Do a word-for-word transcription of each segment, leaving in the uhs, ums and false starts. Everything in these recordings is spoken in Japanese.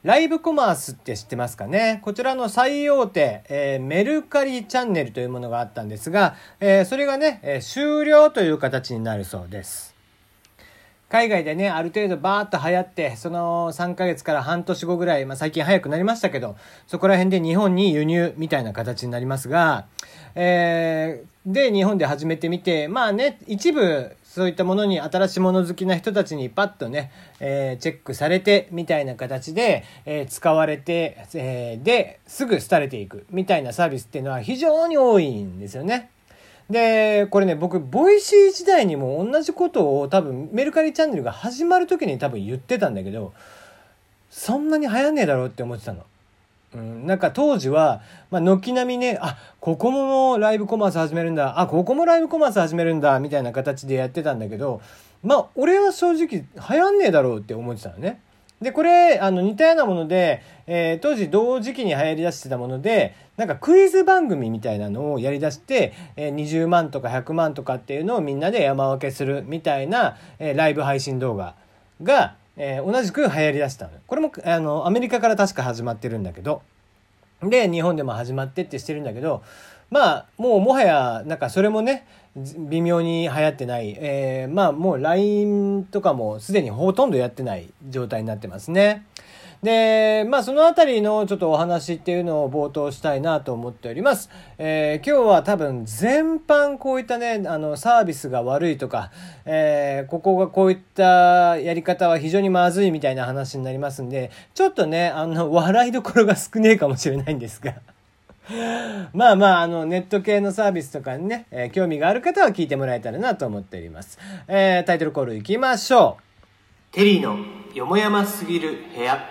ライブコマースって知ってますかね。こちらの最大手、えー、メルカリチャンネルというものがあったんですが、えー、それがね、えー、終了という形になるそうです。海外でね、ある程度バーッと流行って、そのさんかげつから半年後ぐらい、まあ最近早くなりましたけど、そこら辺で日本に輸入みたいな形になりますが、えー、で、日本で始めてみて、まあね、一部そういったものに新しいもの好きな人たちにパッとね、えー、チェックされてみたいな形で、えー、使われて、えー、で、すぐ廃れていくみたいなサービスっていうのは非常に多いんですよね。で、これね、僕、ボイシー時代にも同じことを多分メルカリチャンネルが始まる時に多分言ってたんだけど、そんなに流行んねえだろうって思ってたの。うん、なんか当時は、まあ、軒並みね、あ、ここもライブコマース始めるんだ、あ、ここもライブコマース始めるんだ、みたいな形でやってたんだけど、まあ、俺は正直流行んねえだろうって思ってたのね。で、これ、あの、似たようなもので、えー、当時同時期に流行り出してたもので、なんかクイズ番組みたいなのをやり出して、えー、にじゅうまんとかひゃくまんとかっていうのをみんなで山分けするみたいな、えー、ライブ配信動画が、えー、同じく流行り出したの。これも、あの、アメリカから確か始まってるんだけど、で、日本でも始まってってしてるんだけど、まあ、もうもはや、なんかそれもね、微妙に流行ってない。えー、まあもう ライン とかもすでにほとんどやってない状態になってますね。で、まあそのあたりのちょっとお話っていうのを冒頭したいなと思っております。えー、今日は多分全般こういったね、あのサービスが悪いとか、えー、ここがこういったやり方は非常にまずいみたいな話になりますんで、ちょっとね、あの笑いどころが少ねえかもしれないんですが。まあまあ、あの、ネット系のサービスとかにね、えー、興味がある方は聞いてもらえたらなと思っております。えー、タイトルコールいきましょう。テリーのよもやますぎる部屋。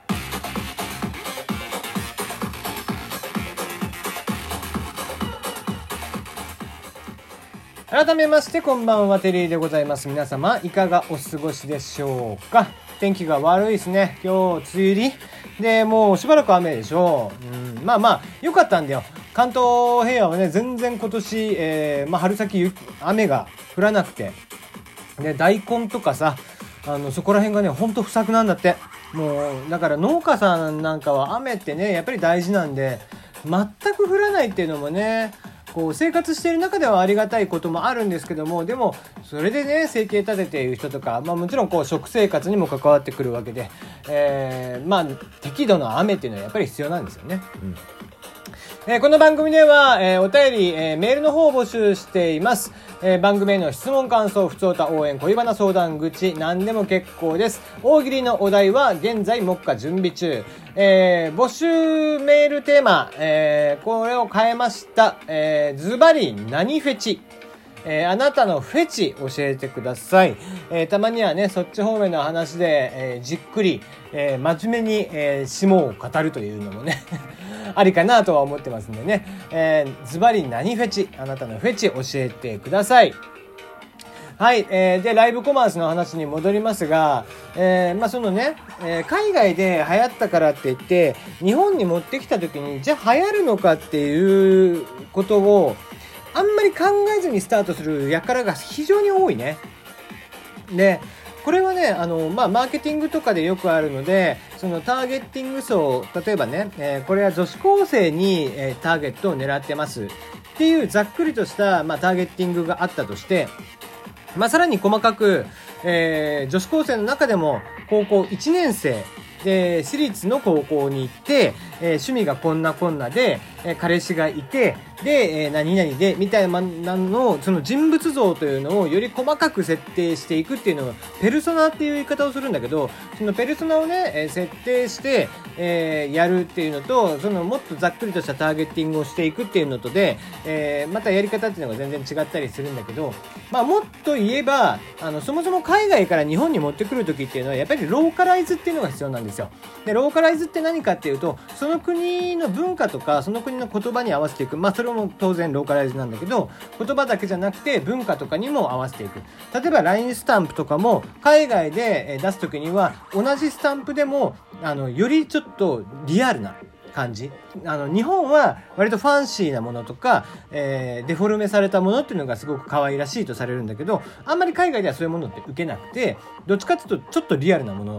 改めましてこんばんは、テリーでございます。皆様いかがお過ごしでしょうか。天気が悪いですね。今日梅雨入りで、もうしばらく雨でしょう。うん、まあまあ良かったんだよ。関東平野はね、全然今年、えー、まあ春先雨が降らなくて、で大根とかさ、あのそこら辺がね、ほんと不作なんだって。もうだから農家さんなんかは雨ってね、やっぱり大事なんで、全く降らないっていうのもね、こう生活している中ではありがたいこともあるんですけども、でもそれでね、生計立てている人とか、まあもちろんこう食生活にも関わってくるわけで、えー、まあ適度な雨っていうのはやっぱり必要なんですよね。うん。えー、この番組では、えー、お便り、えー、メールの方を募集しています。えー、番組への質問、感想、ふつおた、応援、恋バナ相談口、何でも結構です。大喜利のお題は現在目下準備中。えー、募集メールテーマ、えー、これを変えました。えー、ズバリ何フェチ。えー、あなたのフェチ教えてください。えー、たまにはね、そっち方面の話で、えー、じっくり、えー、真面目に、えー、下を語るというのもねありかなとは思ってますんでね、えー、ズバリ何フェチ、あなたのフェチ教えてください。はい、えー、でライブコマースの話に戻りますが、えー、まあそのね、えー、海外で流行ったからって言って日本に持ってきた時にじゃあ流行るのかっていうことをあんまり考えずにスタートする輩が非常に多いね。で、これはね、あの、まあ、マーケティングとかでよくあるので、そのターゲッティング層、例えばね、えー、これは女子高生に、えー、ターゲットを狙ってますっていうざっくりとした、まあ、ターゲッティングがあったとして、まあ、さらに細かく、えー、女子高生の中でも高校いちねん生で私立の高校に行って、えー、趣味がこんなこんなで、えー、彼氏がいてで、えー、何々でみたいなのをその人物像というのをより細かく設定していくっていうのをペルソナっていう言い方をするんだけど、そのペルソナをね、えー、設定して、えー、やるっていうのと、そのもっとざっくりとしたターゲッティングをしていくっていうのとで、えー、またやり方っていうのが全然違ったりするんだけど、まあもっと言えばあのそもそも海外から日本に持ってくる時っていうのはやっぱりローカライズっていうのが必要なんですよ。でローカライズって何かっていうと、その国の文化とかその国の言葉に合わせていく、まあそれも当然ローカライズなんだけど、言葉だけじゃなくて文化とかにも合わせていく。例えば ライン スタンプとかも海外で出す時には同じスタンプでもあのよりちょっとリアルな感じ。あの日本は割とファンシーなものとか、えー、デフォルメされたものっていうのがすごく可愛らしいとされるんだけど、あんまり海外ではそういうものって受けなくて、どっちかっていうとちょっとリアルなもの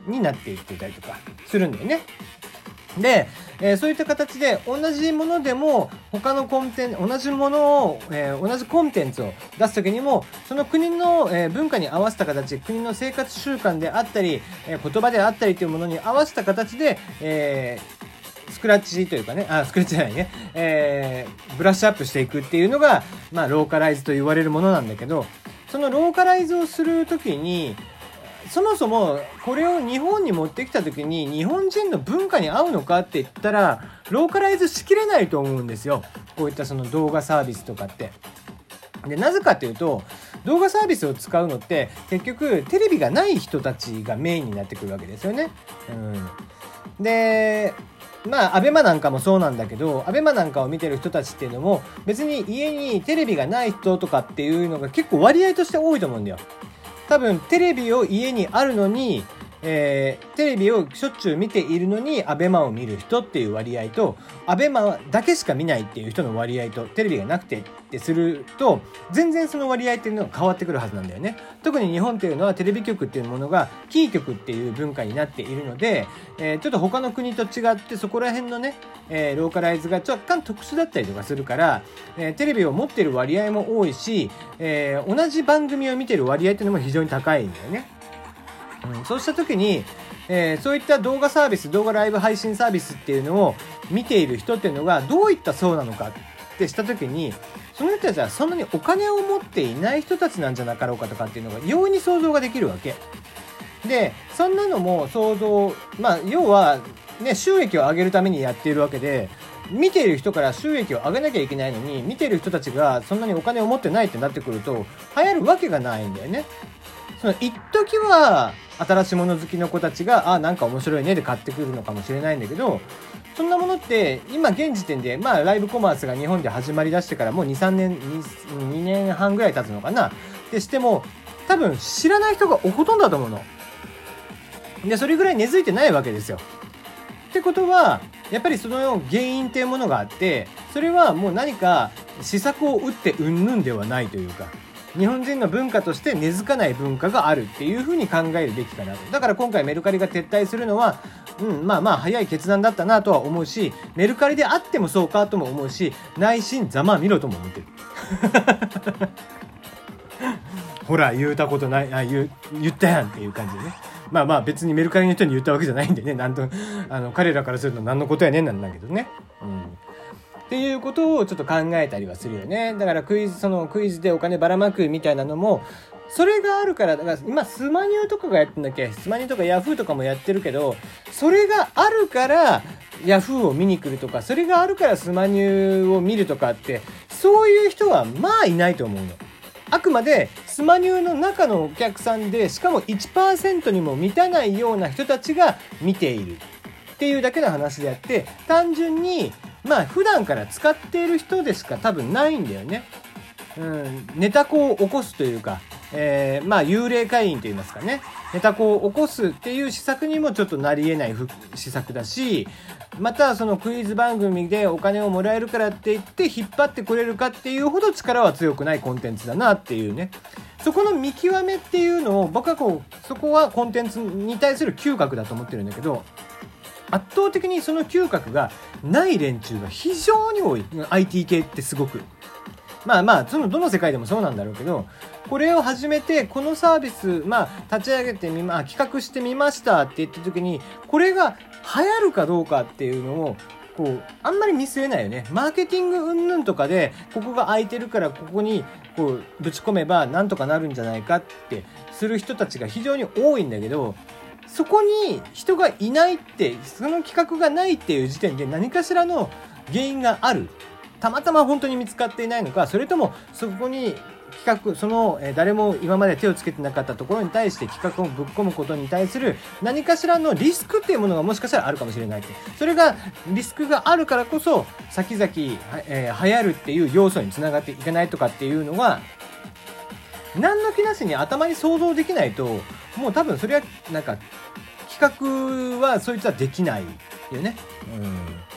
になっていってたりとかするんだよね。で、えー、そういった形で同じものでも他のコンテンツ同じものを、えー、同じコンテンツを出すときにもその国の、えー、文化に合わせた形、国の生活習慣であったり、えー、言葉であったりというものに合わせた形で、えー、スクラッチというかね、あ、スクラッチじゃないね、えー、ブラッシュアップしていくっていうのが、まあ、ローカライズと言われるものなんだけど、そのローカライズをするときにそもそもこれを日本に持ってきた時に日本人の文化に合うのかって言ったらローカライズしきれないと思うんですよ。こういったその動画サービスとかって。で、なぜかっていうと動画サービスを使うのって結局テレビがない人たちがメインになってくるわけですよね。うん、でまあアベマなんかもそうなんだけど、アベマなんかを見てる人たちっていうのも別に家にテレビがない人とかっていうのが結構割合として多いと思うんだよ。多分テレビを家にあるのに、えー、テレビをしょっちゅう見ているのにアベマを見る人っていう割合とアベマだけしか見ないっていう人の割合とテレビがなくてってすると全然その割合っていうのが変わってくるはずなんだよね。特に日本っていうのはテレビ局っていうものがキー局っていう文化になっているので、えー、ちょっと他の国と違ってそこら辺のね、えー、ローカライズが若干特殊だったりとかするから、えー、テレビを持ってる割合も多いし、えー、同じ番組を見てる割合っていうのも非常に高いんだよね。うん、そうした時に、えー、そういった動画サービス、動画ライブ配信サービスっていうのを見ている人っていうのがどういった層なのかってした時に、その人たちはそんなにお金を持っていない人たちなんじゃなかろうかとかっていうのが容易に想像ができるわけで、そんなのも想像、まあ要はね、収益を上げるためにやっているわけで、見ている人から収益を上げなきゃいけないのに見ている人たちがそんなにお金を持ってないってなってくると流行るわけがないんだよね。その一時は新しいもの好きの子たちがあなんか面白いねで買ってくるのかもしれないんだけど、そんなものって今現時点でまあライブコマースが日本で始まりだしてからもう にさんねん にねんはんぐらい経つのかなってしても多分知らない人がほとんどだと思うので、それぐらい根付いてないわけですよ。ってことはやっぱりその原因っていうものがあって、それはもう何か施策を打ってうんぬんではないというか、日本人の文化として根付かない文化があるっていうふうに考えるべきかなと。だから今回メルカリが撤退するのは、うん、まあまあ早い決断だったなとは思うし、メルカリであってもそうかとも思うし、内心ざまあ見ろとも思ってるほら言うたことない、あ 言, 言ったやんっていう感じでね。まあまあ別にメルカリの人に言ったわけじゃないんでね、なんとあの彼らからすると何のことやねんなんだけどね、うんっていうことをちょっと考えたりはするよね。だからクイズ、そのクイズでお金ばらまくみたいなのもそれがあるから、だから今スマニューとかがやってんだっけ、スマニューとかヤフーとかもやってるけど、それがあるからヤフーを見に来るとか、それがあるからスマニューを見るとかって、そういう人はまあいないと思うの。あくまでスマニューの中のお客さんで、しかも いちパーセント にも満たないような人たちが見ているっていうだけの話であって、単純にまあ普段から使っている人でしか多分ないんだよね。うん、ネタ子を起こすというか、えー、まあ幽霊会員といいますかね、ネタ子を起こすっていう施策にもちょっとなり得ない施策だし、またそのクイズ番組でお金をもらえるからって言って引っ張ってくれるかっていうほど力は強くないコンテンツだなっていうね、そこの見極めっていうのを僕はこう、そこはコンテンツに対する嗅覚だと思ってるんだけど、圧倒的にその嗅覚がない連中が非常に多い。 アイティー 系ってすごく、まあまあそのどの世界でもそうなんだろうけど、これを始めてこのサービスまあ立ち上げてみま企画してみましたって言った時に、これが流行るかどうかっていうのをこうあんまり見据えないよね。マーケティング云々とかでここが空いてるからここにこうぶち込めばなんとかなるんじゃないかってする人たちが非常に多いんだけど、そこに人がいないって、その企画がないっていう時点で何かしらの原因がある。たまたま本当に見つかっていないのか、それともそこに企画、その、えー、誰も今まで手をつけてなかったところに対して企画をぶっ込むことに対する何かしらのリスクっていうものがもしかしたらあるかもしれないって。それがリスクがあるからこそ先々、えー、流行るっていう要素につながっていけないとかっていうのは何の気なしに頭に想像できないと、もう多分それはなんか企画はそいつはできないよね。うん。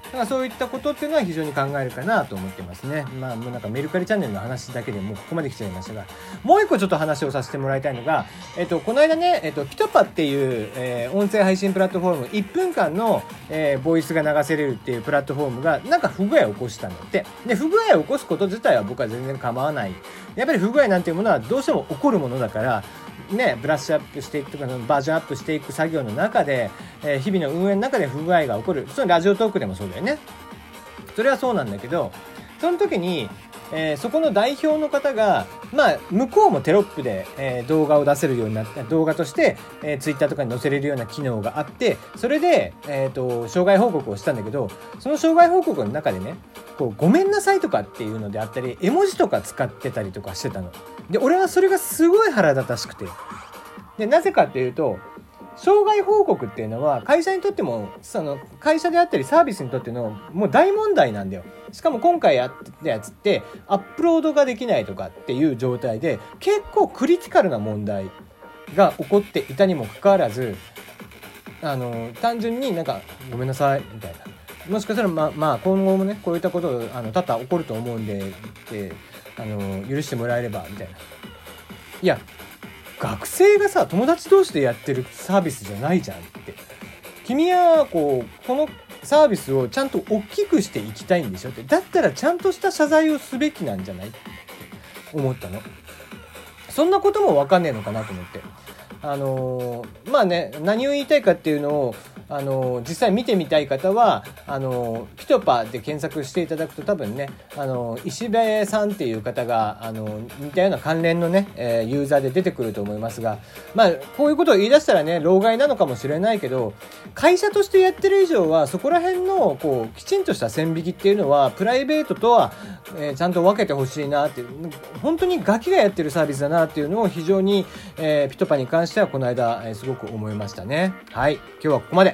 だからそういったことっていうのは非常に考えるかなと思ってますね。まあもうなんかメルカリチャンネルの話だけでもうここまで来ちゃいましたが、もう一個ちょっと話をさせてもらいたいのが、えっとこの間ね、えっとピトパっていう、えー、音声配信プラットフォームいっぷんかんの、えー、ボイスが流せれるっていうプラットフォームがなんか不具合を起こしたんだって。で不具合を起こすこと自体は僕は全然構わない。やっぱり不具合なんていうものはどうしても起こるものだからね、ブラッシュアップしていくとかバージョンアップしていく作業の中で、えー、日々の運営の中で不具合が起こる。そのラジオトークでもそうだよね。それはそうなんだけど、その時に、えー、そこの代表の方がまあ向こうもテロップで、えー、動画を出せるようになって動画として、えー、ツイッターとかに載せれるような機能があって、それで、えーと、障害報告をしたんだけど、その障害報告の中でね、こうごめんなさいとかっていうのであったり絵文字とか使ってたりとかしてたので、俺はそれがすごい腹立たしくて、でなぜかっていうと、障害報告っていうのは会社にとってもその会社であったりサービスにとってのもう大問題なんだよ。しかも今回やったやつってアップロードができないとかっていう状態で結構クリティカルな問題が起こっていたにもかかわらず、あの単純になんかごめんなさいみたいな、もしかしたらまあまあ今後もねこういったことあの多々起こると思うんでであの許してもらえればみたいな。いや学生がさ友達同士でやってるサービスじゃないじゃんって。君はこうこのサービスをちゃんと大きくしていきたいんでしょって。だったらちゃんとした謝罪をすべきなんじゃないって思ったの。そんなことも分かんねえのかなと思って、あのー、まあね何を言いたいかっていうのをあの実際見てみたい方はあのピトパで検索していただくと多分ね、あの石部さんっていう方があの似たような関連のね、えー、ユーザーで出てくると思いますが、まあこういうことを言い出したらね老害なのかもしれないけど、会社としてやってる以上はそこら辺のこうきちんとした線引きっていうのはプライベートとは、えー、ちゃんと分けてほしいなって、本当にガキがやってるサービスだなっていうのを非常に、えー、ピトパに関してはこの間、えー、すごく思いましたね。はい、今日はここまで。